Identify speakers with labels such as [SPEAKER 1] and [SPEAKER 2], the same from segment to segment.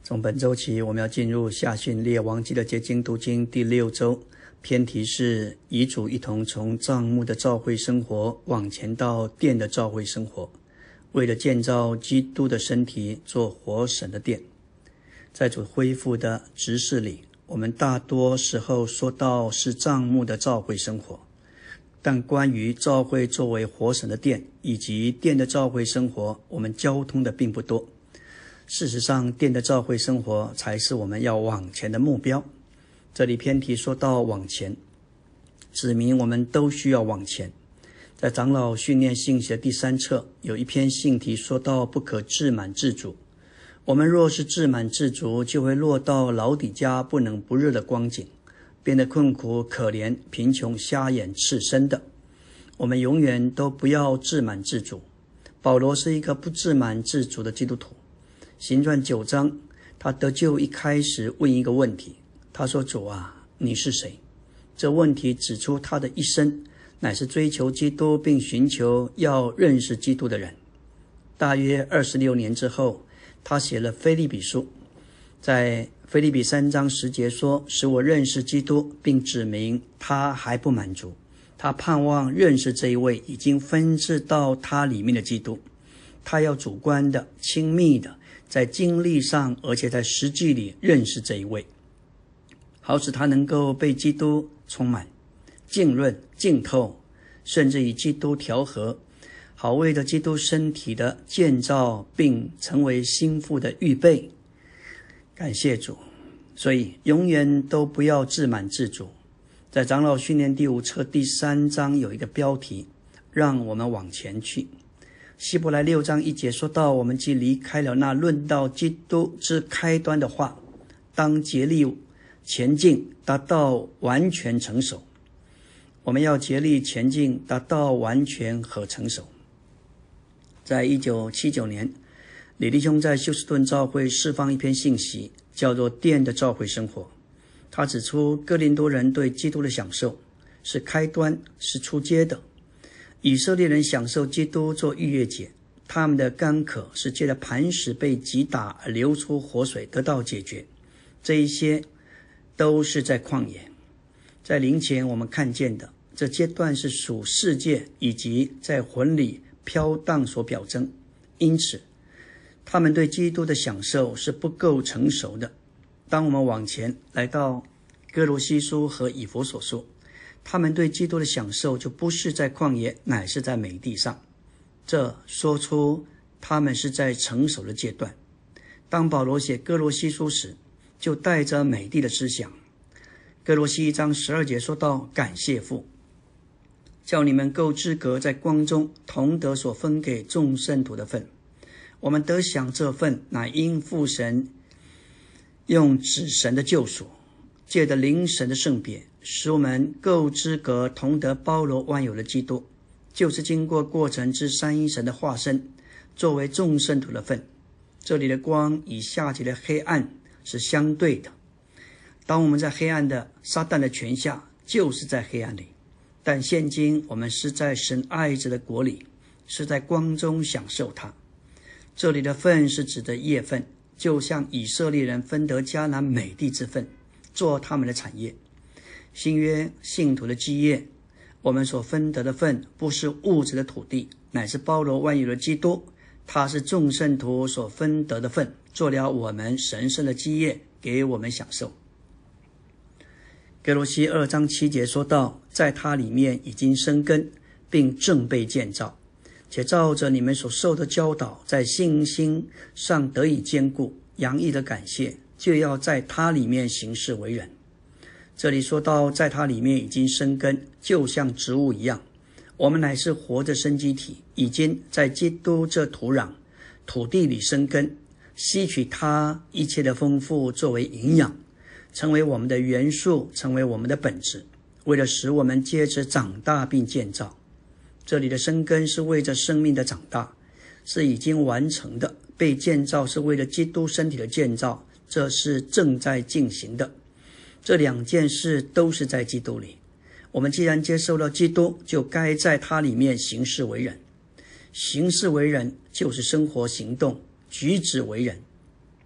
[SPEAKER 1] 从本周起，我们要进入下训列王记的结晶读经第6周，篇题是与主一同从帐幕的召会生活往前到殿的召会生活，为了建造基督的身体做活神的殿。在主恢复的执事里，我们大多时候说到是帐幕的召会生活，但关于召会作为活神的殿以及殿的召会生活，我们交通的并不多。事实上，殿的召会生活才是我们要往前的目标。这里篇题说到往前，指明我们都需要往前。在长老训练信息的第3册，有一篇信题说到不可自满自足。我们若是自满自足，就会落到老底嘉不冷不热的光景，变得困苦、可怜、贫穷、瞎眼、赤身的。我们永远都不要自满自足。保罗是一个不自满自足的基督徒。行传9章，他得救一开始问一个问题，他说：主啊，你是谁？这问题指出他的一生乃是追求基督并寻求要认识基督的人。大约26年之后，他写了腓立比书，在腓立比3章10节说：使我认识基督，并指明他还不满足，他盼望认识这一位已经分赐到他里面的基督。他要主观的、亲密的，在经历上而且在实际里认识这一位，好使他能够被基督充满、浸润、浸透，甚至与基督调和，好为着基督身体的建造并成为心腹的预备。感谢主。所以永远都不要自满自足。在长老训练第5册第3章有一个标题，让我们往前去。希伯来6章1节说到，我们既离开了那论到基督之开端的话，当竭力前进，达到完全成熟。我们要竭力前进，达到完全和成熟。在1979年，李弟兄在休斯顿教会释放一篇信息，叫做殿的召会生活。他指出哥林多人对基督的享受是开端，是出街的。以色列人享受基督做逾越节，他们的干渴是借着磐石被击打而流出活水得到解决。这一些都是在旷野。在灵前我们看见的这阶段是属世界以及在魂里飘荡所表征，因此他们对基督的享受是不够成熟的。当我们往前来到哥罗西书和以弗所书，他们对基督的享受就不是在旷野，乃是在美地上。这说出他们是在成熟的阶段。当保罗写哥罗西书时，就带着美地的思想。哥罗西1章12节说到，感谢父，叫你们够资格在光中同得所分给众圣徒的份。我们得享这份，乃因父神用子神的救赎，借着灵神的圣别，使我们够资格同得包罗万有的基督，就是经过过程之三一神的化身，作为众圣徒的份。这里的光与下级的黑暗是相对的。当我们在黑暗的撒旦的权下，就是在黑暗里，但现今我们是在神爱子的国里，是在光中享受它。这里的份是指的业份，就像以色列人分得迦南美地之份，做他们的产业。新约信徒的基业，我们所分得的份不是物质的土地，乃是包罗万有的基督，他是众圣徒所分得的份，做了我们神圣的基业，给我们享受。哥罗西2章7节说到，在他里面已经生根，并正被建造，且照着你们所受的教导，在信心上得以坚固，洋溢的感谢，就要在他里面行事为人。这里说到，在他里面已经生根，就像植物一样，我们乃是活的生机体，已经在基督这土地里生根，吸取他一切的丰富作为营养，成为我们的元素，成为我们的本质，为了使我们接着长大并建造。这里的生根是为着生命的长大，是已经完成的；被建造是为了基督身体的建造，这是正在进行的。这两件事都是在基督里。我们既然接受了基督，就该在他里面行事为人。行事为人就是生活行动举止为人。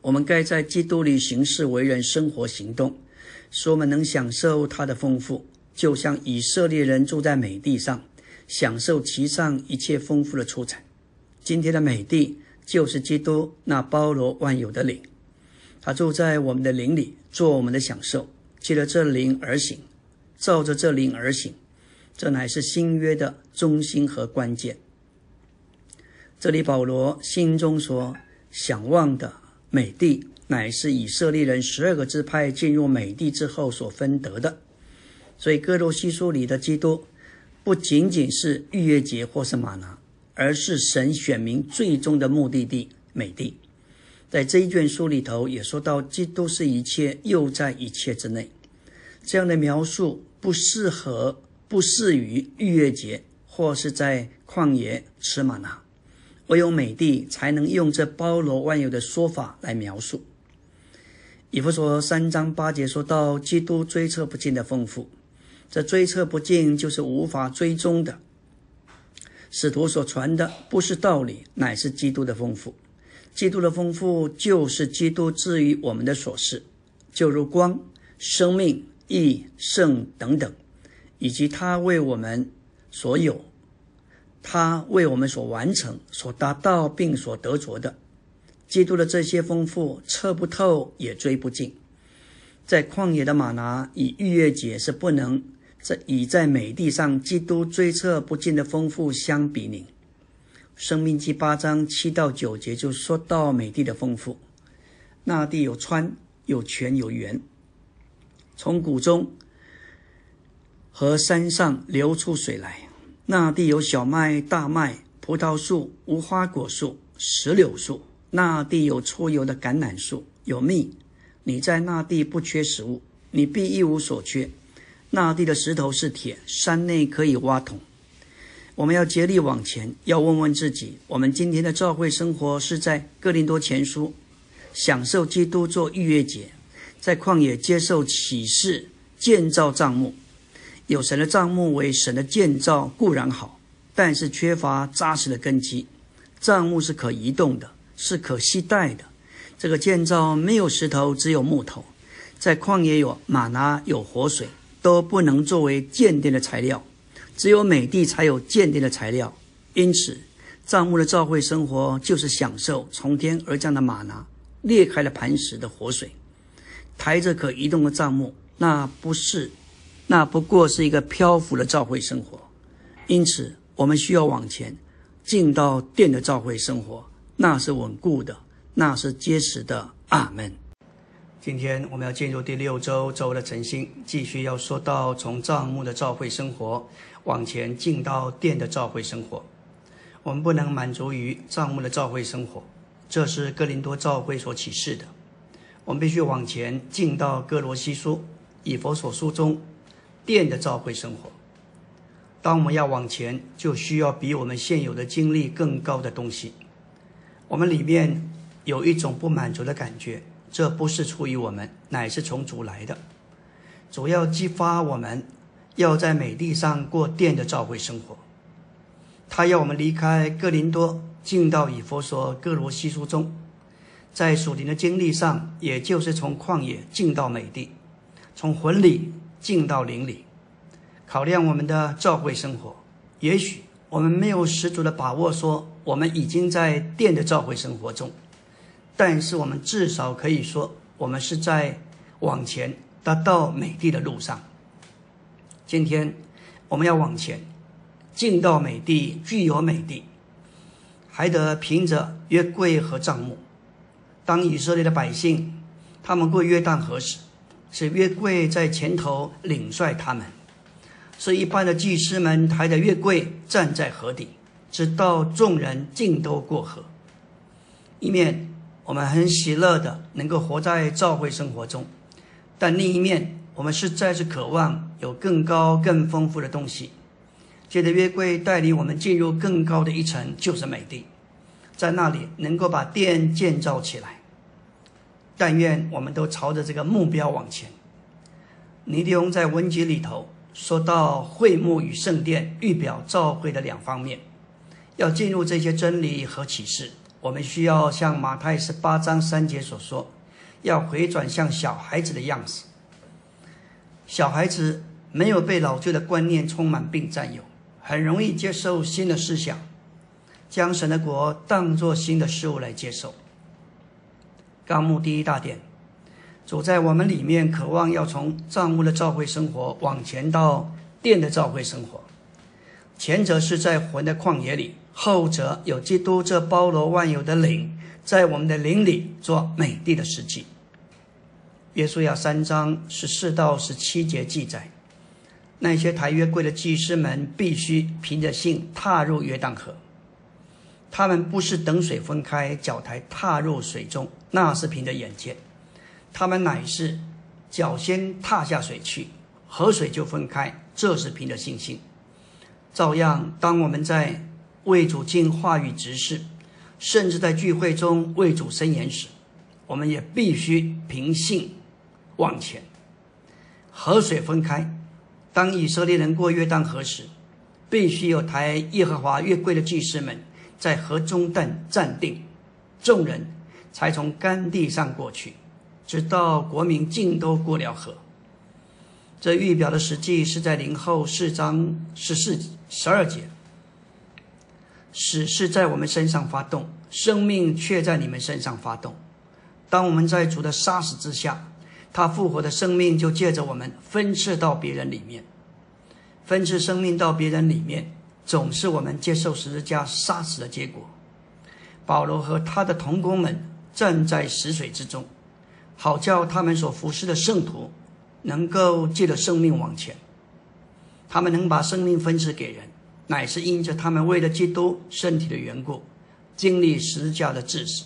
[SPEAKER 1] 我们该在基督里行事为人、生活行动，使我们能享受他的丰富，就像以色列人住在美地上，享受其上一切丰富的出产。今天的美地就是基督那包罗万有的灵，他住在我们的灵里，做我们的享受，借着这灵而行，照着这灵而行，这乃是新约的中心和关键。这里保罗心中所想望的美地，乃是以色列人12个支派进入美地之后所分得的。所以哥罗西书里的基督不仅仅是逾越节或是玛拿，而是神选民最终的目的地美地。在这一卷书里头也说到，基督是一切，又在一切之内。这样的描述不适于逾越节或是在旷野吃玛拿，唯有美地才能用这包罗万有的说法来描述。以弗所3章8节说到基督追测不尽的丰富，这追测不尽就是无法追踪的。使徒所传的不是道理，乃是基督的丰富。基督的丰富就是基督至于我们的所是，就如光、生命、义、圣等等，以及他为我们所有，他为我们所完成、所达到并所得着的。基督的这些丰富测不透也追不尽。在旷野的玛拿与逾越节是不能以在美地上基督追测不尽的丰富相比拟。申命记8章7到9节就说到美地的丰富，那地有川，有泉，有源，从谷中和山上流出水来。那地有小麦、大麦、葡萄树、无花果树、石榴树。那地有出油的橄榄树，有蜜。你在那地不缺食物，你必一无所缺。那地的石头是铁，山内可以挖铜。我们要竭力往前，要问问自己，我们今天的教会生活是在哥林多前书享受基督做逾越节，在旷野接受启示，建造帐幕。有神的帐幕为神的建造固然好，但是缺乏扎实的根基。帐幕是可移动的，是可携带的。这个建造没有石头，只有木头。在旷野有玛拿，有活水，都不能作为建殿的材料，只有美地才有建殿的材料。因此帐幕的教会生活就是享受从天而降的玛拿，裂开了磐石的活水。抬着可移动的帐幕，那不过是一个漂浮的教会生活。因此我们需要往前进到殿的教会生活，那是稳固的，那是结实的。阿们。今天我们要进入第6周的晨星，继续要说到从帐幕的教会生活往前进到殿的教会生活。我们不能满足于帐幕的教会生活，这是哥林多教会所启示的。我们必须往前进到哥罗西书、以弗所书中殿的教会生活。当我们要往前，就需要比我们现有的经历更高的东西。我们里面有一种不满足的感觉，这不是出于我们，乃是从主来的。主要激发我们要在美地上过殿的教会生活。他要我们离开哥林多，进到以弗所、哥罗西书中，在属灵的经历上，也就是从旷野进到美地，从魂里进到灵里。考量我们的教会生活，也许我们没有十足的把握说我们已经在殿的教会生活中，但是我们至少可以说我们是在往前达到美地的路上。今天我们要往前进到美地，具有美地，还得凭着约柜和帐幕。当以色列的百姓他们过约旦河时，是约柜在前头领率他们，是一般的祭司们抬着约柜站在河底，直到众人尽都过河。一面我们很喜乐的能够活在教会生活中，但另一面我们实在是渴望有更高更丰富的东西。借着约柜带领我们进入更高的一层，就是美地，在那里能够把殿建造起来。但愿我们都朝着这个目标往前。尼利翁在文集里头说到会幕与圣殿预表教会的两方面，要进入这些真理和启示， 我们需要像马太18章3节所说，要回转向小孩子的样子。小孩子没有被老旧的观念充满并占有，很容易接受新的思想，将神的国当作新的事物来接受。纲目第一大点，主在我们里面渴望要从帐幕的召会生活往前到殿的召会生活。前者是在魂的旷野里，后者有基督这包罗万有的灵在我们的灵里做美丽的实际。约书亚3章14到17节记载，那些抬约柜的祭司们必须凭着信踏入约旦河，他们不是等水分开，脚抬踏入水中，那是凭着眼见，他们乃是脚先踏下水去，河水就分开，这是凭着信心。照样，当我们在为主尽话语执事，甚至在聚会中为主申言时，我们也必须凭信往前。河水分开，当以色列人过约旦河时，必须有抬耶和华约柜的祭司们在河中站定，众人才从干地上过去，直到国民尽都过了河。这预表的实际是在林后4章12节，死是在我们身上发动，生命却在你们身上发动。当我们在主的杀死之下，他复活的生命就借着我们分赐到别人里面。分赐生命到别人里面，总是我们接受十字架杀死的结果。保罗和他的同工们站在死水之中，好叫他们所服侍的圣徒能够借着生命往前。他们能把生命分赐给人，乃是因着他们为了基督身体的缘故，经历十字架的致死。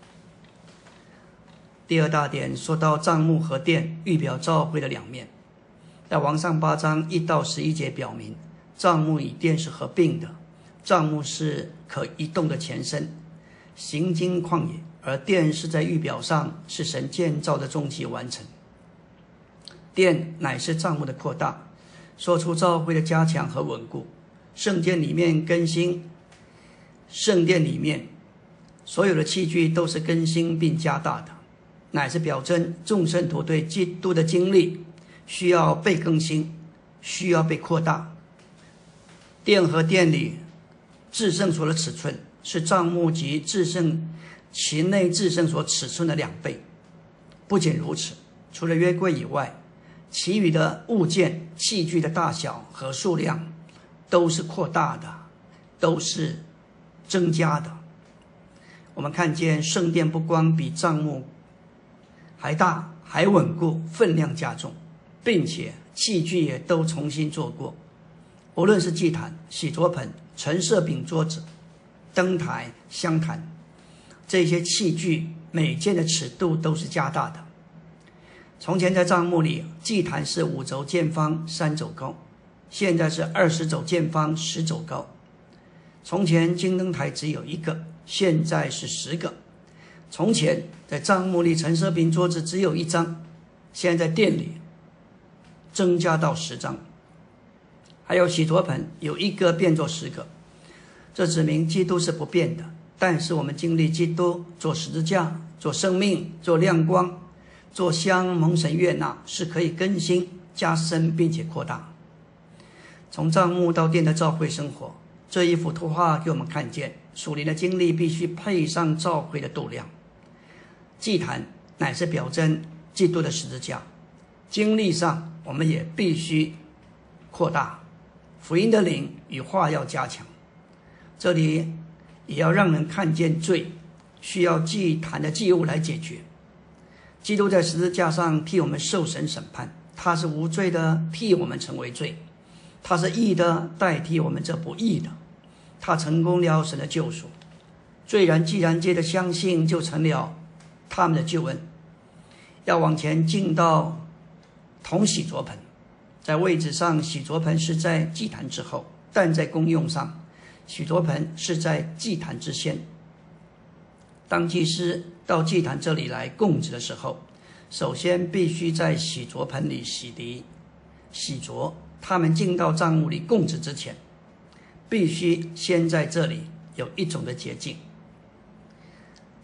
[SPEAKER 1] 第二大点说到帐幕和殿预表召会的两面，在王上8章1到11节表明，帐幕与殿是合并的，帐幕是可移动的前身，行经旷野，而殿是在预表上是神建造的终极完成。殿乃是帐幕的扩大，说出召会的加强和稳固。圣殿里面更新，圣殿里面所有的器具都是更新并加大的，乃是表征众圣徒对基督的经历需要被更新，需要被扩大。殿和殿里至圣所的尺寸是帐幕及至圣其内至圣所尺寸的2倍。不仅如此，除了约柜以外，其余的物件器具的大小和数量都是扩大的，都是增加的。我们看见圣殿不光比帐幕还大，还稳固，分量加重，并且器具也都重新做过。无论是祭坛、洗濯盆、陈设饼桌子、灯台、香坛，这些器具每件的尺度都是加大的。从前在帐幕里，祭坛是5肘见方3肘高，现在是20肘见方10肘高。从前金灯台只有1个，现在是10个。从前在帐幕里陈设饼桌子只有1张，现在殿里增加到10张。还有洗濯盆有1个变作10个，这指明基督是不变的。但是我们经历基督做十字架、做生命、做亮光、做香蒙神悦纳，是可以更新、加深并且扩大。从帐幕到殿的召会生活，这一幅图画给我们看见，属灵的经历必须配上召会的度量。祭坛乃是表征基督的十字架，经历上我们也必须扩大。福音的灵与话要加强，这里也要让人看见罪需要祭坛的祭物来解决。基督在十字架上替我们受审审判，他是无罪的，替我们成为罪；他是义的，代替我们这不义的。他成功了神的救赎，罪人既然接着相信，就成了他们的救恩。要往前进到同洗濯盆，在位置上洗濯盆是在祭坛之后，但在功用上洗濯盆是在祭坛之先。当祭司到祭坛这里来供职的时候，首先必须在洗濯盆里洗濯。他们进到帐幕里供职之前，必须先在这里有一种的洁净。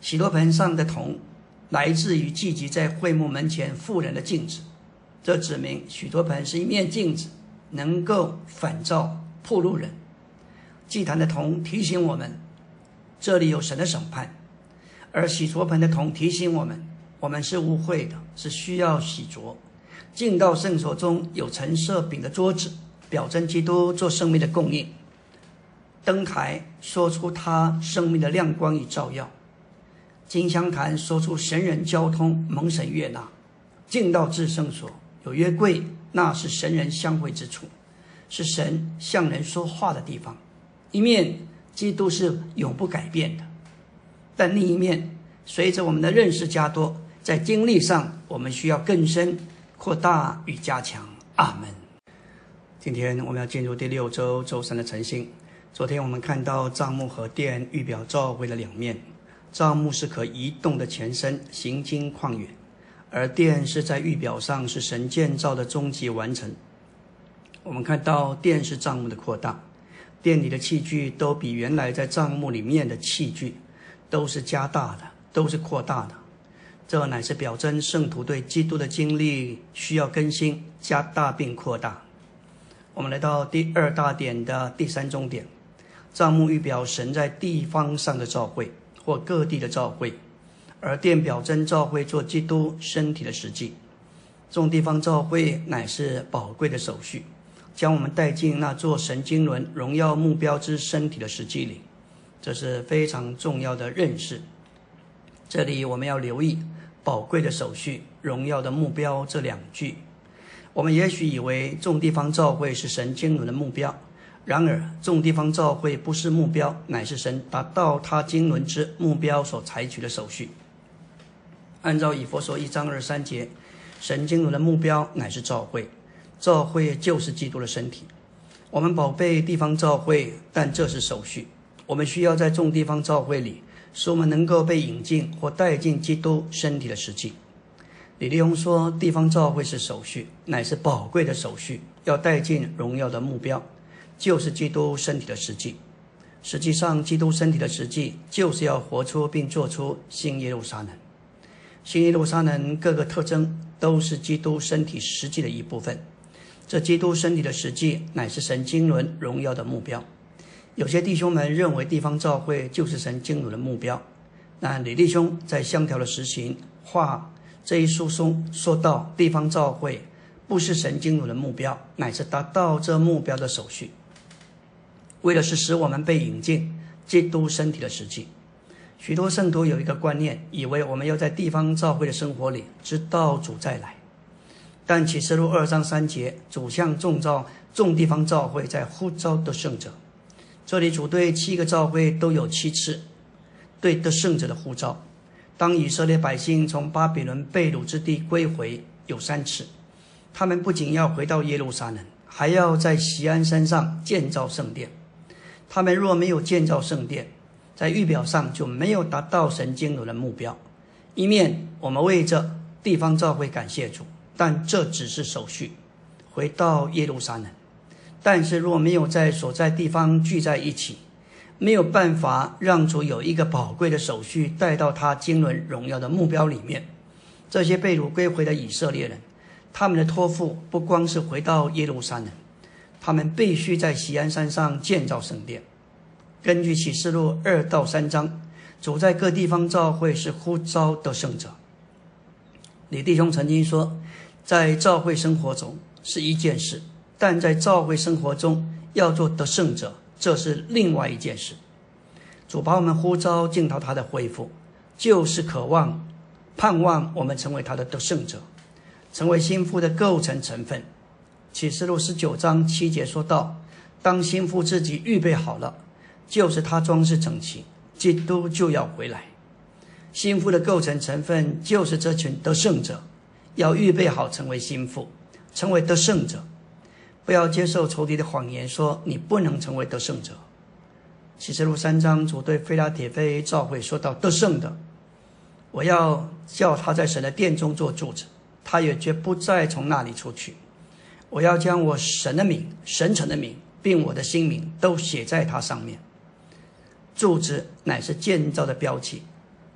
[SPEAKER 1] 洗罗盆上的铜来自于聚集在会幕门前妇人的镜子，这指明洗罗盆是一面镜子，能够反照暴露人。祭坛的铜提醒我们，这里有神的审判，而洗濯盆的铜提醒我们，我们是污秽的，是需要洗濯。进到圣所中有陈设饼的桌子，表征基督做生命的供应。灯台说出他生命的亮光与照耀，金香坛说出神人交通，蒙神悦纳。进到至圣所有约柜，那是神人相会之处，是神向人说话的地方。一面基督是永不改变的，但另一面随着我们的认识加多，在经历上我们需要更深扩大与加强。阿门。今天我们要进入第6周周3的晨星。昨天我们看到帐幕和殿预表教会的两面，帐幕是可移动的前身，行经旷远，而殿是在预表上是神建造的终极完成。我们看到殿是帐幕的扩大，殿里的器具都比原来在帐幕里面的器具都是加大的，都是扩大的。这乃是表征圣徒对基督的经历需要更新、加大并扩大。我们来到第2大点的第3中点，帐幕预表神在地方上的召会或各地的召会，而殿表征召会做基督身体的实际。众地方召会乃是宝贵的手续，将我们带进那座神经纶荣耀目标之身体的实际里，这是非常重要的认识。这里我们要留意宝贵的手续、荣耀的目标这两句。我们也许以为众地方召会是神经纶的目标，然而众地方召会不是目标，乃是神达到他经纶之目标所采取的手续。按照以弗所1章23节，神经纶的目标乃是召会，召会就是基督的身体。我们宝贝地方召会，但这是手续。我们需要在众地方召会里，使我们能够被引进或带进基督身体的实际。李立宏说，地方召会是手续，乃是宝贵的手续，要带进荣耀的目标，就是基督身体的实际。实际上，基督身体的实际就是要活出并做出新耶路撒冷。新耶路撒冷各个特征都是基督身体实际的一部分。这基督身体的实际乃是神经纶荣耀的目标。有些弟兄们认为地方召会就是神经纶的目标，但李弟兄在相条的实行话这一书中说到，地方召会不是神经纶的目标，乃是达到这目标的手续，为的是使我们被引进基督身体的实际。许多圣徒有一个观念，以为我们要在地方召会的生活里直到主再来，但启示录2章3节，主向众地方召会在呼召得胜者。这里主对7个召会都有7次对得胜者的呼召。当以色列百姓从巴比伦被掳之地归回，有3次，他们不仅要回到耶路撒冷，还要在锡安山上建造圣殿。他们若没有建造圣殿，在预表上就没有达到神经纶的目标。一面我们为这地方召会感谢主，但这只是手续，回到耶路撒冷。但是若没有在所在地方聚在一起，没有办法让主有一个宝贵的手续带到他经纶荣耀的目标里面。这些被掳归回的以色列人，他们的托付不光是回到耶路撒冷，他们必须在锡安山上建造圣殿。根据启示录2到3章，主在各地方召会是呼召得胜者。李弟兄曾经说，在召会生活中是一件事，但在召会生活中要做得胜者，这是另外一件事。主把我们呼召进到他的恢复，就是盼望我们成为他的得胜者，成为心腹的构成成分。启示录19章7节说到，当心腹自己预备好了，就是他装饰整齐，基督就要回来。心腹的构成成分就是这群得胜者，要预备好成为心腹，成为得胜者。不要接受仇敌的谎言说你不能成为得胜者。启示录3章，主对腓拉铁非教会说到，得胜的，我要叫他在神的殿中做柱子，他也绝不再从那里出去。我要将我神的名、神城的名并我的新名都写在他上面。柱子乃是建造的标记，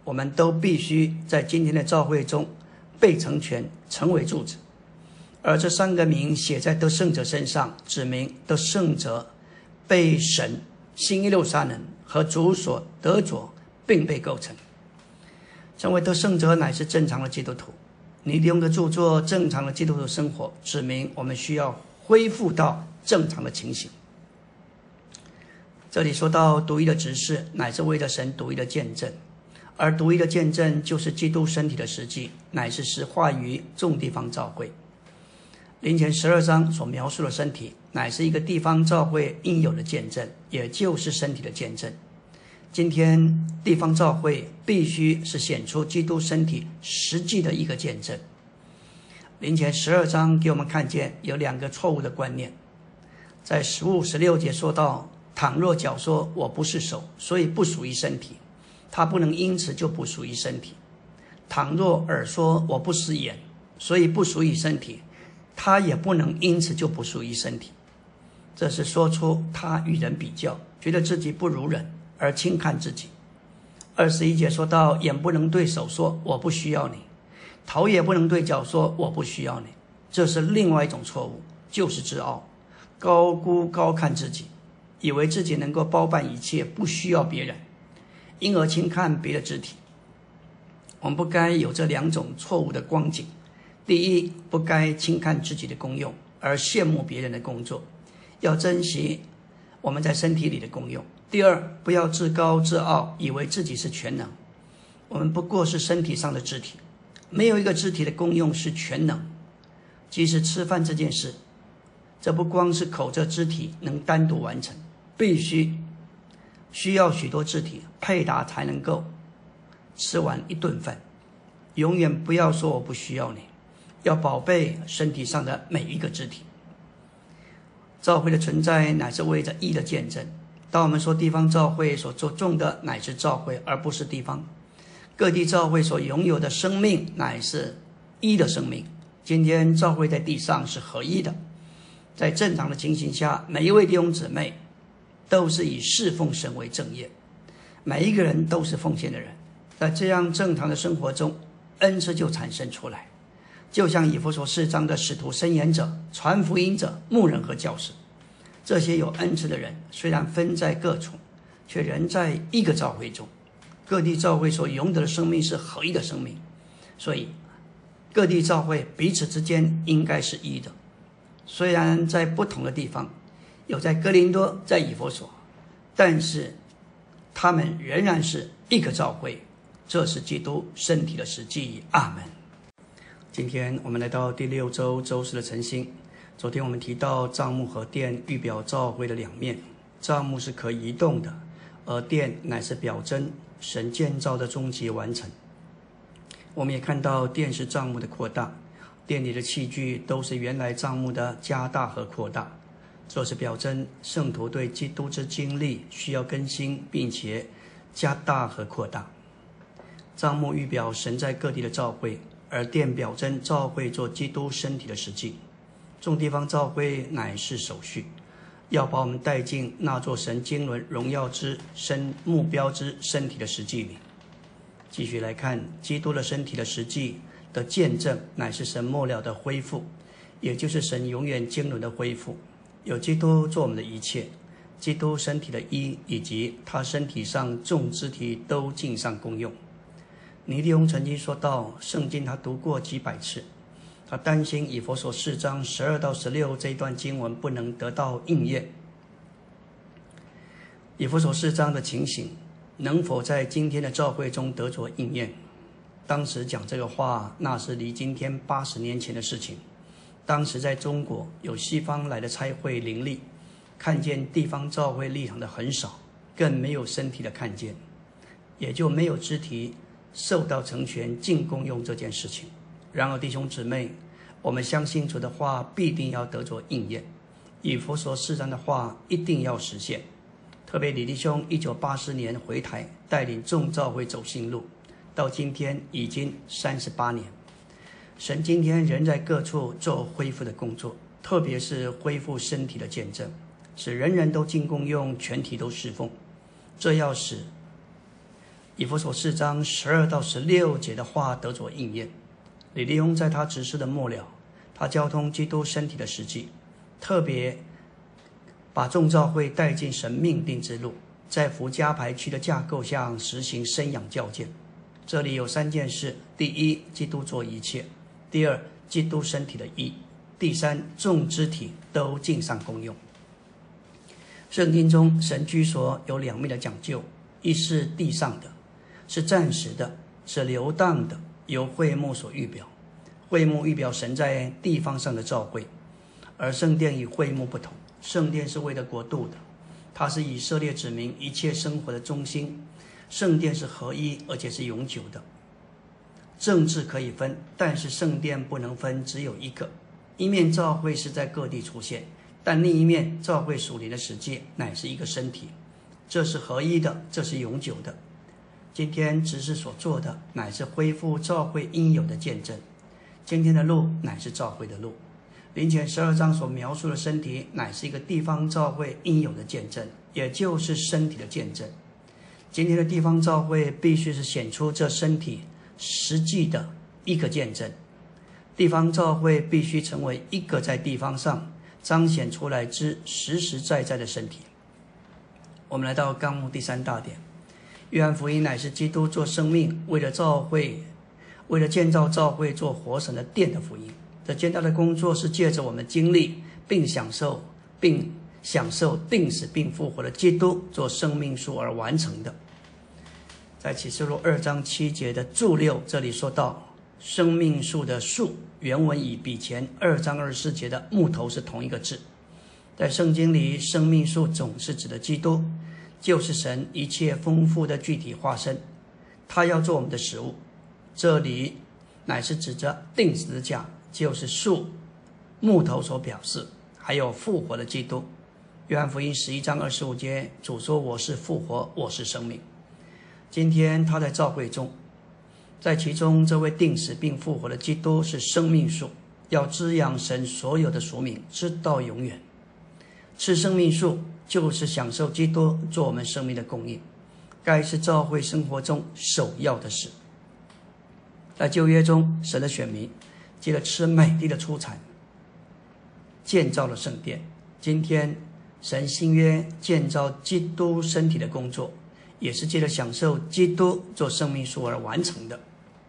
[SPEAKER 1] 我们都必须在今天的召会中被成全，成为柱子。而这3个名写在得胜者身上，指明得胜者被神、新耶路撒冷和主所得着，并被构成。成为得胜者乃是正常的基督徒。尼迪翁的著作《正常的基督徒生活》指明我们需要恢复到正常的情形。这里说到独一的执事，乃是为了神独一的见证，而独一的见证就是基督身体的实际，乃是实化于众地方教会。林前12章所描述的身体，乃是一个地方教会应有的见证，也就是身体的见证。今天地方教会必须是显出基督身体实际的一个见证。林前12章给我们看见有2个错误的观念。在15、16节说到，倘若脚说我不是手，所以不属于身体，他不能因此就不属于身体；倘若耳说我不是眼，所以不属于身体，他也不能因此就不属于身体。这是说出他与人比较，觉得自己不如人而轻看自己。21节说到，眼不能对手说我不需要你，头也不能对脚说我不需要你。这是另外一种错误，就是自傲，高估高看自己，以为自己能够包办一切，不需要别人，因而轻看别的肢体。我们不该有这2种错误的光景。第一，不该轻看自己的功用，而羡慕别人的工作，要珍惜我们在身体里的功用。第二，不要自高自傲，以为自己是全能。我们不过是身体上的肢体，没有一个肢体的功用是全能。即使吃饭这件事，这不光是口这肢体能单独完成，需要许多肢体配搭才能够吃完一顿饭。永远不要说我不需要你，要宝贝身体上的每一个肢体。教会的存在乃是为着义的见证。当我们说地方教会所着重的乃是教会，而不是地方。各地教会所拥有的生命乃是义的生命。今天教会在地上是合一的，在正常的情形下，每一位弟兄姊妹都是以侍奉神为正业，每一个人都是奉献的人。在这样正常的生活中，恩赐就产生出来，就像以弗所4章的使徒、申言者、传福音者、牧人和教士，这些有恩赐的人虽然分在各处，却仍在一个教会中。各地教会所拥有的生命是合一的生命，所以各地教会彼此之间应该是一的。虽然在不同的地方，有在哥林多，在以弗所，但是他们仍然是一个教会。这是基督身体的实际。阿门。今天我们来到第6周周四的晨星。昨天我们提到帐幕和殿预表教会的2面，帐幕是可移动的，而殿乃是表征神建造的终极完成。我们也看到殿是帐幕的扩大，殿里的器具都是原来帐幕的加大和扩大，这是表征圣徒对基督之经历需要更新，并且加大和扩大。帐幕预表神在各地的召会，而殿表征召会做基督身体的实际。众地方召会乃是手续，要把我们带进那座神经纶荣耀之目标之身体的实际里。继续来看基督的身体的实际的见证，乃是神末了的恢复，也就是神永远经纶的恢复。有基督做我们的一切，基督身体的一，以及他身体上众肢体都尽上功用。尼迪翁曾经说到，圣经他读过几百次，他担心以弗所4章12到16这一段经文不能得到应验。以弗所4章的情形能否在今天的教会中得着应验？当时讲这个话，那是离今天80年前的事情。当时在中国有西方来的差会林立，看见地方教会立场的很少，更没有身体的看见，也就没有肢体受到成全尽功用这件事情。然而弟兄姊妹，我们相信主的话必定要得着应验，以弗所4章的话一定要实现。特别李弟兄1984年回台，带领众教会走新路，到今天已经38年。神今天仍在各处做恢复的工作，特别是恢复身体的见证，使人人都尽功用，全体都侍奉。这要使以弗所4章12到16节的话得着应验。李利翁在他执事的末了，他交通基督身体的实际，特别把众教会带进神命定之路，在福家排区的架构下实行生养教诫。这里有3件事：第一，基督做一切；第二，基督身体的义；第三，众肢体都尽上功用。圣经中神居所有2面的讲究，一是地上的，是暂时的，是流荡的，由会幕所预表。会幕预表神在地方上的召会，而圣殿与会幕不同，圣殿是为了国度的，它是以色列子民一切生活的中心。圣殿是合一，而且是永久的。政治可以分，但是圣殿不能分，只有一个。一面教会是在各地出现，但另一面教会属灵的实际乃是一个身体，这是合一的，这是永久的。今天执事所做的乃是恢复教会应有的见证，今天的路乃是教会的路。林前12章所描述的身体乃是一个地方教会应有的见证，也就是身体的见证。今天的地方教会必须是显出这身体实际的一个见证，地方教会必须成为一个在地方上彰显出来之实实在在的身体。我们来到纲目第3大点，约翰福音乃是基督做生命，为了建造教会做活神的殿的福音。这建造的工作是借着我们经历并享受定死并复活的基督做生命树而完成的。在启示录2章7节的注6，这里说到生命树的树，原文与比前2章24节的木头是同一个字。在圣经里，生命树总是指的基督，就是神一切丰富的具体化身，他要做我们的食物。这里乃是指着钉十字架，就是树木头所表示，还有复活的基督。约翰福音11章25节，主说：我是复活，我是生命。今天他在教会中，在其中这位钉死并复活的基督是生命树，要滋养神所有的属民，直到永远。吃生命树就是享受基督做我们生命的供应，该是教会生活中首要的事。在旧约中，神的选民借着吃美地的出产建造了圣殿。今天神新约建造基督身体的工作，也是借着享受基督做生命树而完成的。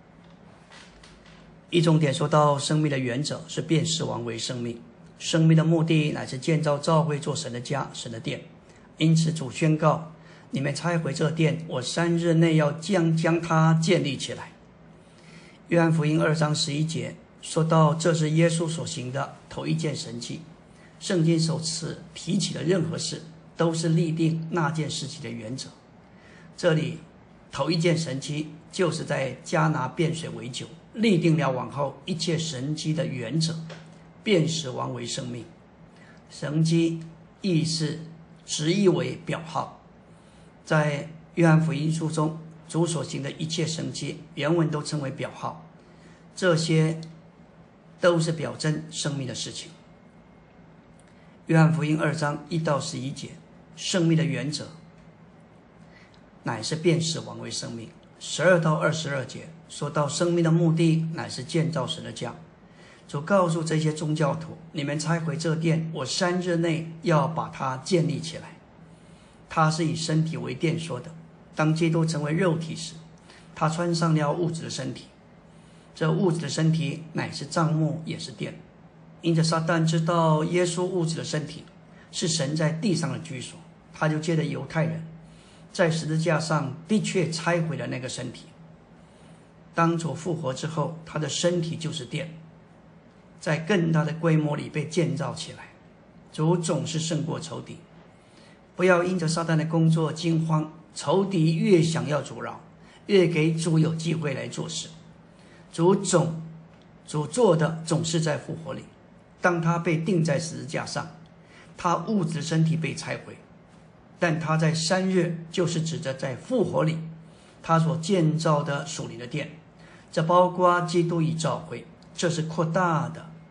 [SPEAKER 1] 一重点说到生命的原则是变死亡为生命，生命的目的乃是建造教会做神的家，神的殿。因此主宣告：你们拆毁这殿，我3日内要将它建立起来。约翰福音2章11节说到，这是耶稣所行的头一件神迹。圣经首次提起的任何事，都是立定那件事情的原则。这里头一件神迹就是在迦拿变水为酒，立定了往后一切神迹的原则，变死亡为生命。神迹意思直译为表号。在约翰福音书中，主所行的一切神迹原文都称为表号，这些都是表征生命的事情。约翰福音2章1到11节，生命的原则乃是变死亡为生命。12到22节说到生命的目的乃是建造神的家。主告诉这些宗教徒，你们拆毁这殿，我3日内要把它建立起来。他是以身体为殿说的。当基督成为肉体时，他穿上了物质的身体，这物质的身体乃是帐幕，也是殿。因着撒旦知道耶稣物质的身体是神在地上的居所，他就借着犹太人在十字架上的确拆毁了那个身体。当主复活之后，他的身体就是殿，在更大的规模里被建造起来。主总是胜过仇敌，不要因着撒旦的工作惊慌，仇敌越想要阻挠，越给主有机会来做事。主做的总是在复活里。当他被钉在十字架上，他物质身体被拆毁，但他在3日，就是指着在复活里他所建造的属灵的殿，这包括基督与教会，这是扩大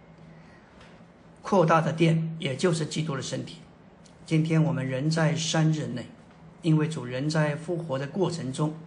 [SPEAKER 1] 的殿，也就是基督的身体。今天我们仍在3日内，因为主仍在复活的过程中，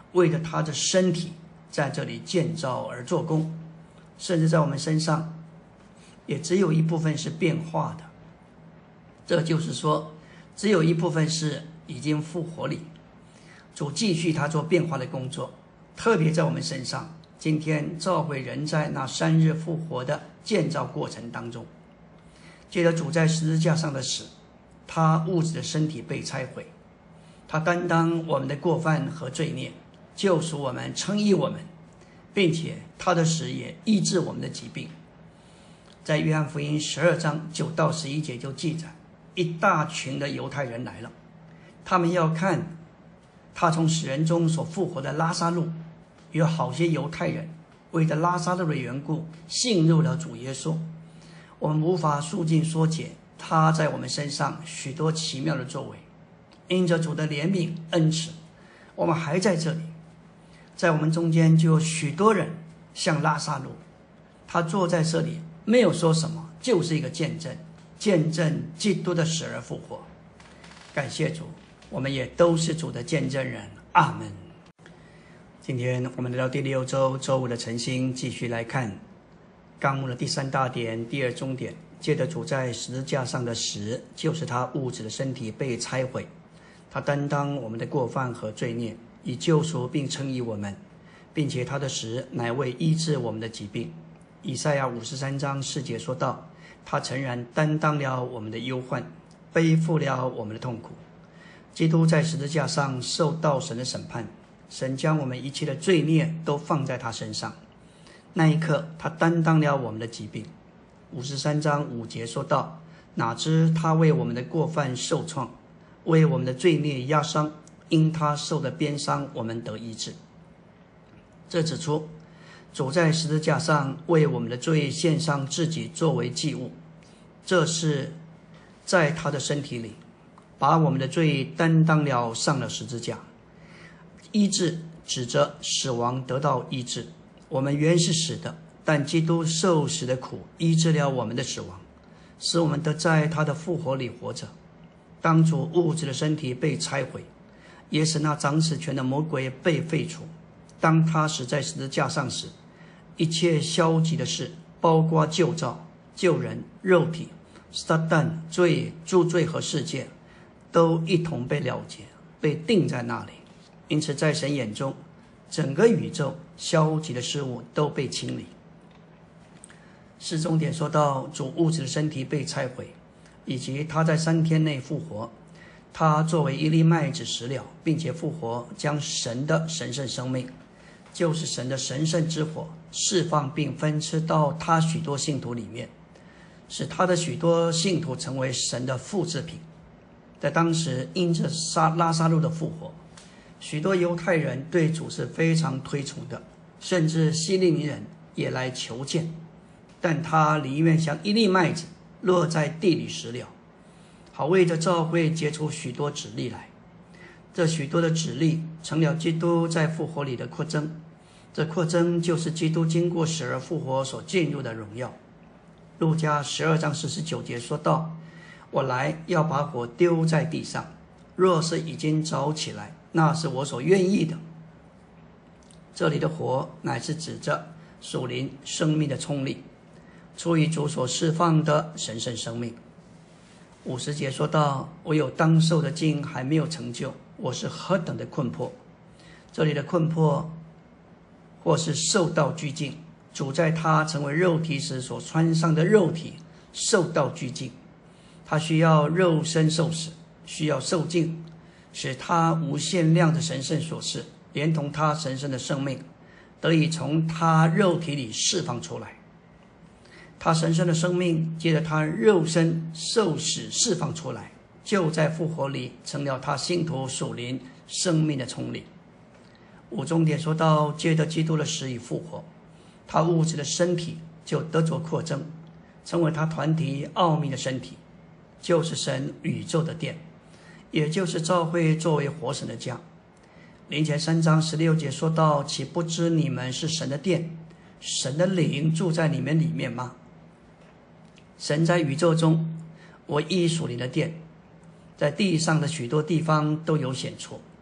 [SPEAKER 1] 为了他的身体在这里建造而做工，甚至在我们身上也只有一部分是变化的。这就是说，只有一部分是已经复活里，主继续他做变化的工作，特别在我们身上。今天教会人在那3日复活的建造过程当中，借着主在十字架上的死，他物质的身体被拆毁，他担当我们的过犯和罪孽，救赎我们，称义我们，并且他的死也医治我们的疾病。在约翰福音12章9到11节就记载，一大群的犹太人来了，他们要看他从死人中所复活的拉撒路。有好些犹太人为着拉撒路的缘故信入了主耶稣。我们无法述尽说解他在我们身上许多奇妙的作为，因着主的怜悯恩慈，我们还在这里。在我们中间就有许多人像拉撒路，他坐在这里没有说什么，就是一个见证，见证基督的死而复活。感谢主，我们也都是主的见证人。阿们。今天我们来到第6周周五的晨星，继续来看纲目的第3大点、第2中点。借着主在十字架上的死，就是他物质的身体被拆毁，他担当我们的过犯和罪孽，以救赎并称义我们，并且他的死乃为医治我们的疾病。以赛亚53章4节说道，他诚然担当了我们的忧患，背负了我们的痛苦。基督在十字架上受到神的审判，神将我们一切的罪孽都放在他身上，那一刻他担当了我们的疾病。53章5节说道，哪知他为我们的过犯受创，为我们的罪孽压伤，因他受的鞭伤，我们得医治。这指出主在十字架上为我们的罪献上自己作为祭物，这是在他的身体里把我们的罪担当了，上了十字架。医治指着死亡得到医治，我们原是死的，但基督受死的苦医治了我们的死亡，使我们得在他的复活里活着。当主物质的身体被拆毁，也使那掌死权的魔鬼被废除。当他死在十字架上时，一切消极的事，包括旧造、旧人、肉体、撒旦、罪、诸罪和世界，都一同被了结，被定在那里。因此在神眼中，整个宇宙消极的事物都被清理。4重点说到主物质的身体被拆毁，以及他在3天内复活。他作为一粒麦子死了，并且复活，将神的神圣生命，就是神的神圣之火，释放并分赐到他许多信徒里面，使他的许多信徒成为神的复制品。在当时因着拉撒路的复活，许多犹太人对主是非常推崇的，甚至希利尼人也来求见，但他宁愿像一粒麦子落在地里死了，好为着教会结出许多子粒来。这许多的子粒成了基督在复活里的扩增，这扩增就是基督经过死而复活所进入的荣耀。路加12章49节说道，我来要把火丢在地上，若是已经着起来，那是我所愿意的。这里的火乃是指着属灵生命的冲力，出于主所释放的神圣生命。50节说到，我有当受的经还没有成就，我是何等的困迫。这里的困迫或是受到拘禁，主在他成为肉体时所穿上的肉体受到拘禁，他需要肉身受死，需要受尽，使他无限量的神圣所示，连同他神圣的生命得以从他肉体里释放出来。他神圣的生命借着他肉身受死释放出来，就在复活里成了他信徒属灵生命的冲力。5重点说到，借着基督的死与复活，他物质的身体就得着扩增，成为他团体奥秘的身体，就是神宇宙的殿，也就是教会作为活神的家。林前3章16节说到，岂不知你们是神的殿，神的灵住在你们里面吗？神在宇宙中唯一属灵的殿，在地上的许多地方都有显出，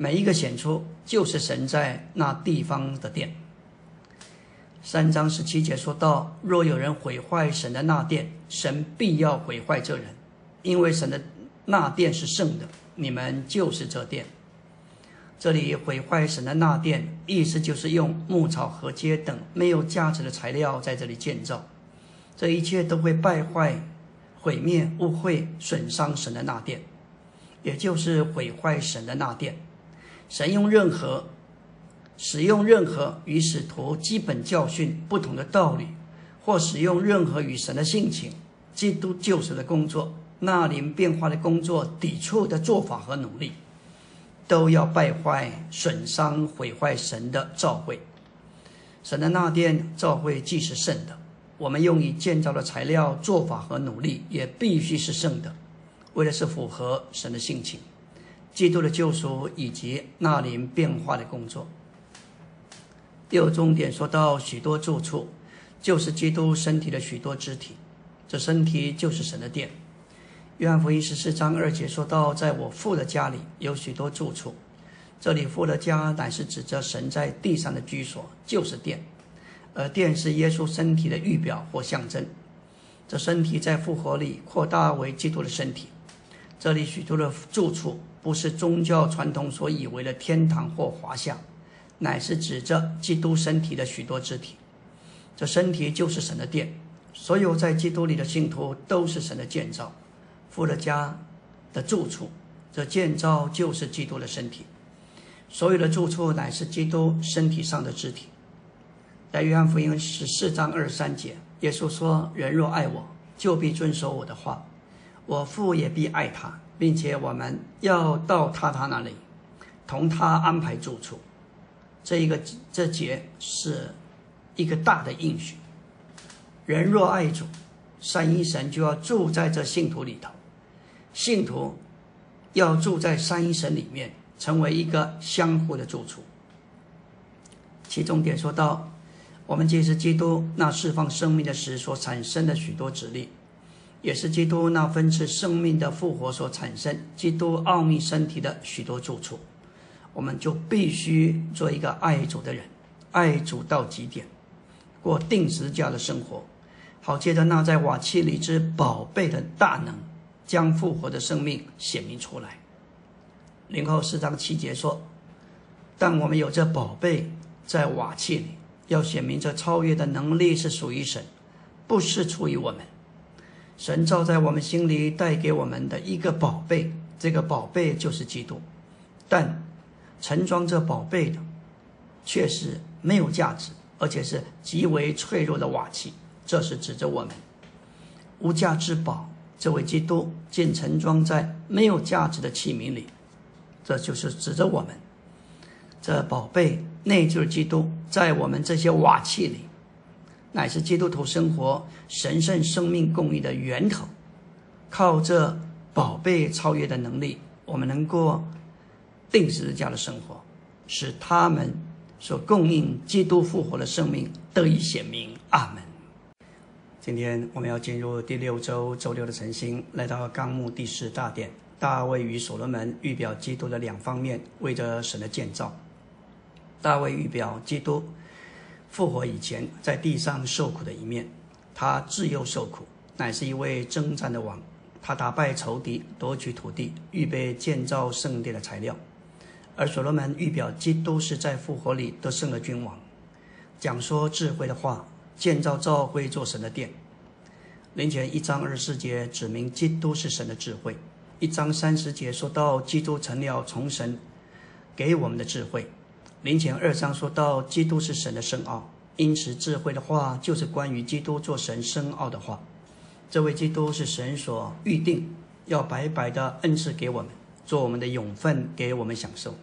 [SPEAKER 1] 每一个显出就是神在那地方的殿。3章17节说到，若有人毁坏神的那殿，神必要毁坏这人，因为神的那殿是圣的，你们就是这殿。这里毁坏神的那殿，意思就是用木草、禾秸等没有价值的材料在这里建造，这一切都会败坏、毁灭、污秽、损伤神的那殿，也就是毁坏神的那殿。神使用任何与使徒基本教训不同的道理，或使用任何与神的性情、基督救赎的工作、那灵变化的工作抵触的做法和努力，都要败坏、损伤、毁坏神的召会。神的那殿召会既是圣的，我们用以建造的材料、做法和努力也必须是圣的，为的是符合神的性情、基督的救赎以及那灵变化的工作。第二重点说到许多住处，就是基督身体的许多肢体，这身体就是神的殿。约翰福音14章2节说到，在我父的家里有许多住处。这里父的家乃是指着神在地上的居所，就是殿，而殿是耶稣身体的预表或象征。这身体在复活里扩大为基督的身体。这里许多的住处不是宗教传统所以为的天堂或华夏，乃是指着基督身体的许多肢体。这身体就是神的殿，所有在基督里的信徒都是神的建造，父的家的住处，这建造就是基督的身体。所有的住处乃是基督身体上的肢体。在约翰福音14章23节，耶稣说，人若爱我，就必遵守我的话，我父也必爱他，并且我们要到他那里，同他安排住处。这节是一个大的应许，人若爱主，三一神就要住在这信徒里头，信徒要住在三一神里面，成为一个相互的住处。其中点说到，我们既是基督那释放生命的时所产生的许多指力，也是基督那分赐生命的复活所产生基督奥秘身体的许多住处。我们就必须做一个爱主的人，爱主到极点，过定十字架的生活，好借着那在瓦器里之宝贝的大能，将复活的生命显明出来。林后4章7节说，但我们有这宝贝在瓦器里，要显明这超越的能力是属于神，不是出于我们。神造在我们心里带给我们的一个宝贝，这个宝贝就是基督，但盛装这宝贝的却是没有价值，而且是极为脆弱的瓦器，这是指着我们无价之宝。这位基督竟盛装在没有价值的器皿里，这就是指着我们。这宝贝内就是基督，在我们这些瓦器里，乃是基督徒生活神圣生命供应的源头。靠这宝贝超越的能力，我们能够定十字架的生活，使他们所供应基督复活的生命得以显明。阿门。今天我们要进入第6周周六的晨星，来到纲目第4大点，大卫与所罗门预表基督的2方面，为着神的建造。大卫预表基督复活以前在地上受苦的一面，他自幼受苦，乃是一位征战的王，他打败仇敌，夺取土地，预备建造圣殿的材料。而所罗门预表基督是在复活里得胜的君王，讲说智慧的话，建造教会做神的殿。林前1章24节指明基督是神的智慧，1章30节说到基督成了从神给我们的智慧。林前2章说到基督是神的深奥，因此智慧的话就是关于基督做神深奥的话。这位基督是神所预定要白白的恩赐给我们，做我们的永分，给我们享受。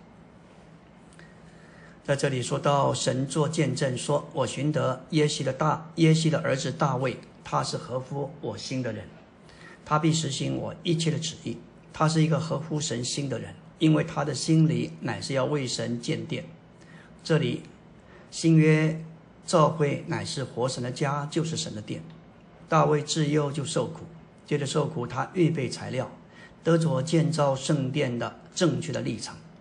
[SPEAKER 1] 在这里说到神做见证说，我寻得耶西的儿子大卫，他是合乎我心的人，他必实行我一切的旨意。他是一个合乎神心的人，因为他的心里乃是要为神建殿。这里新约教会乃是活神的家，就是神的殿。大卫自幼就受苦，接着受苦他预备材料，得着建造圣殿的正确的立场，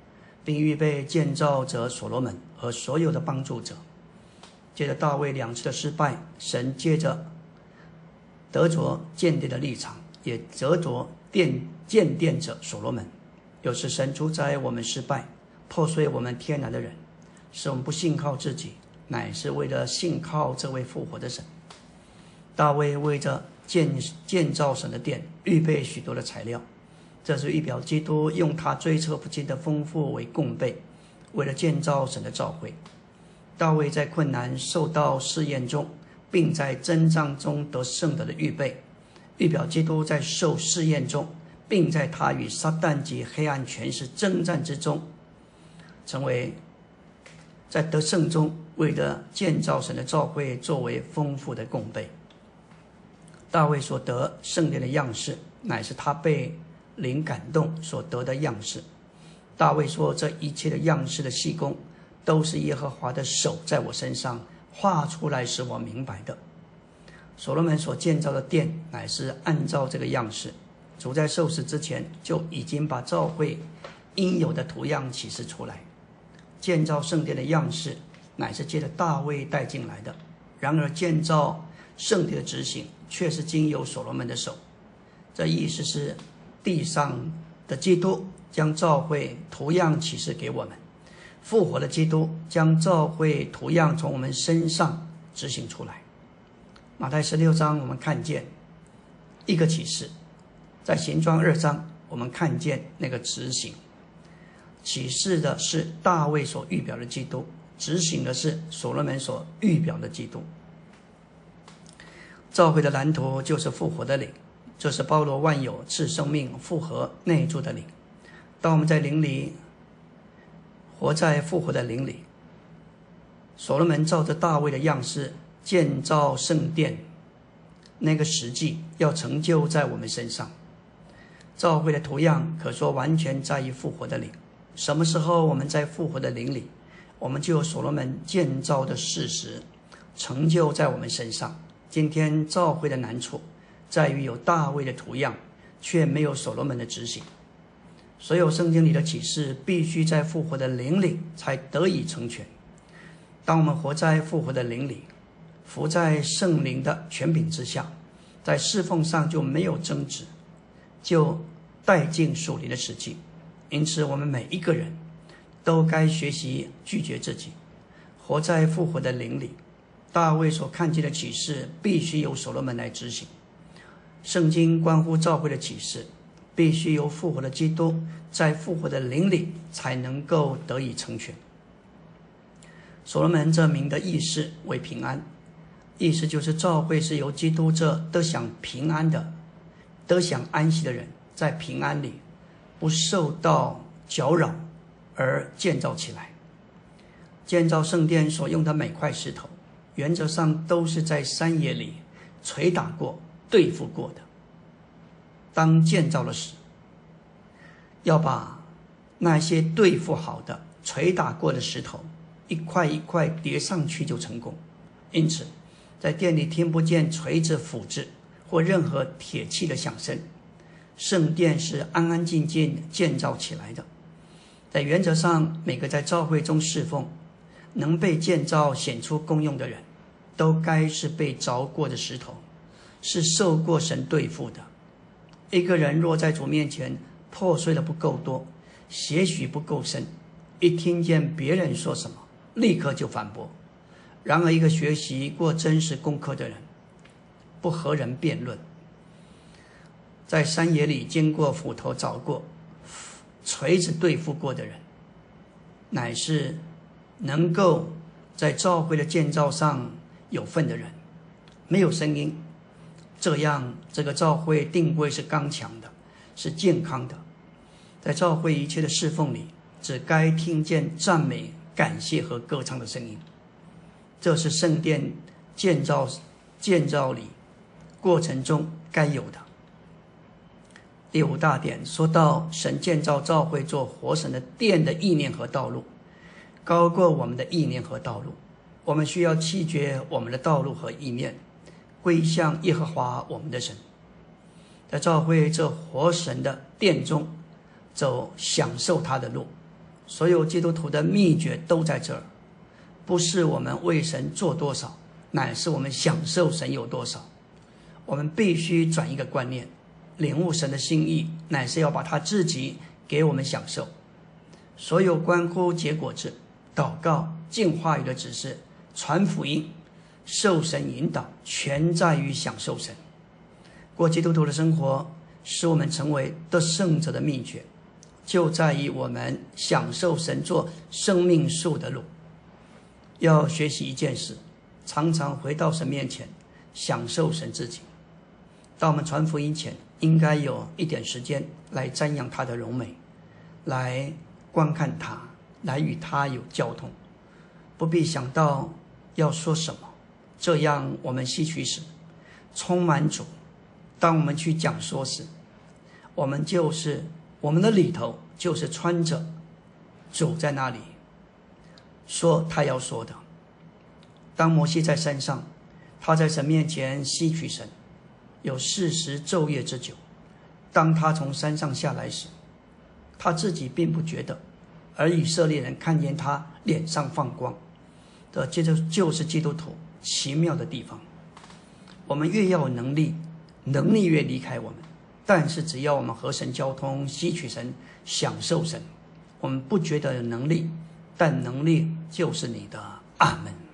[SPEAKER 1] 并预备建造者所罗门和所有的帮助者。借着大卫2次的失败，神借着得着建殿的立场，也得着建殿者所罗门。有时神主宰我们失败，破碎我们天然的人，使我们不信靠自己，乃是为了信靠这位复活的神。大卫为着建造神的殿预备许多的材料，这是预表基督用他追测不尽的丰富为供备，为了建造神的召会。大卫在困难受到试验中，并在征战中得胜的预备，预表基督在受试验中，并在他与撒旦及黑暗权势征战之中，成为在得胜中为了建造神的召会作为丰富的供备。大卫所得圣殿的样式，乃是他被灵感动所得的样式。大卫说，这一切的样式的细工，都是耶和华的手在我身上画出来，使我明白的。所罗门所建造的殿，乃是按照这个样式。主在受死之前，就已经把召会应有的图样启示出来。建造圣殿的样式，乃是借着大卫带进来的。然而建造圣殿的执行，却是经由所罗门的手。这意思是地上的基督将召会图样启示给我们，复活的基督将召会图样从我们身上执行出来。马太16章我们看见一个启示，在形状2章我们看见那个执行。启示的是大卫所预表的基督，执行的是所罗门所预表的基督。召会的蓝图就是复活的灵，这是包罗万有、赐生命、复活内住的灵。当我们在灵里活在复活的灵里，所罗门照着大卫的样式建造圣殿，那个实际要成就在我们身上。召会的图样可说完全在于复活的灵。什么时候我们在复活的灵里，我们就有所罗门建造的事实成就在我们身上。今天召会的难处在于有大卫的图样，却没有所罗门的执行。所有圣经里的启示必须在复活的灵里才得以成全。当我们活在复活的灵里，服在圣灵的权柄之下，在侍奉上就没有争执，就带进属灵的实际。因此我们每一个人都该学习拒绝自己，活在复活的灵里。大卫所看见的启示必须由所罗门来执行。圣经关乎召会的启示必须由复活的基督在复活的灵里才能够得以成全。所罗门这名的意思为平安，意思就是召会是由基督这得享平安的、得享安息的人，在平安里不受到搅扰而建造起来。建造圣殿所用的每块石头，原则上都是在山野里捶打过、对付过的。当建造了时，要把那些对付好的、捶打过的石头一块一块叠上去就成功。因此在殿里听不见锤子、斧子或任何铁器的响声。圣殿是安安静静建造起来的。在原则上，每个在召会中侍奉、能被建造显出功用的人，都该是被凿过的石头，是受过神对付的。一个人若在主面前破碎的不够多，些许不够深，一听见别人说什么，立刻就反驳。然而一个学习过真实功课的人，不和人辩论，在山野里经过斧头凿过、锤子对付过的人，乃是能够在召会的建造上有份的人。没有声音，这样这个召会定规是刚强的，是健康的。在召会一切的侍奉里，只该听见赞美、感谢和歌唱的声音。这是圣殿建造里过程中该有的。第5大点说到神建造召会做活神的殿的意念和道路，高过我们的意念和道路。我们需要弃绝我们的道路和意念，归向耶和华我们的神。在召会这活神的殿中走享受他的路， 所有基督徒的秘诀都在这儿，不是我们为神做多少，乃是我们享受神有多少。我们必须转一个观念，领悟神的心意，乃是要把他自己给我们享受。所有关乎结果子、祷告、进话语的指示、传福音、受神引导，全在于享受神。过基督徒的生活，使我们成为得胜者的秘诀，就在于我们享受神做生命树的路。要学习一件事，常常回到神面前，享受神自己。当我们传福音前，应该有一点时间来瞻仰他的荣美，来观看他，来与他有交通，不必想到要说什么，这样我们吸取时充满主。当我们去讲说时，我们的里头就是穿着主在那里说他要说的。当摩西在山上，他在神面前吸取神，有40昼夜之久。当他从山上下来时，他自己并不觉得，而以色列人看见他脸上放光，这就是基督徒奇妙的地方。我们越要有能力越离开我们，但是只要我们和神交通，吸取神，享受神，我们不觉得有能力，但能力就是你的。阿们。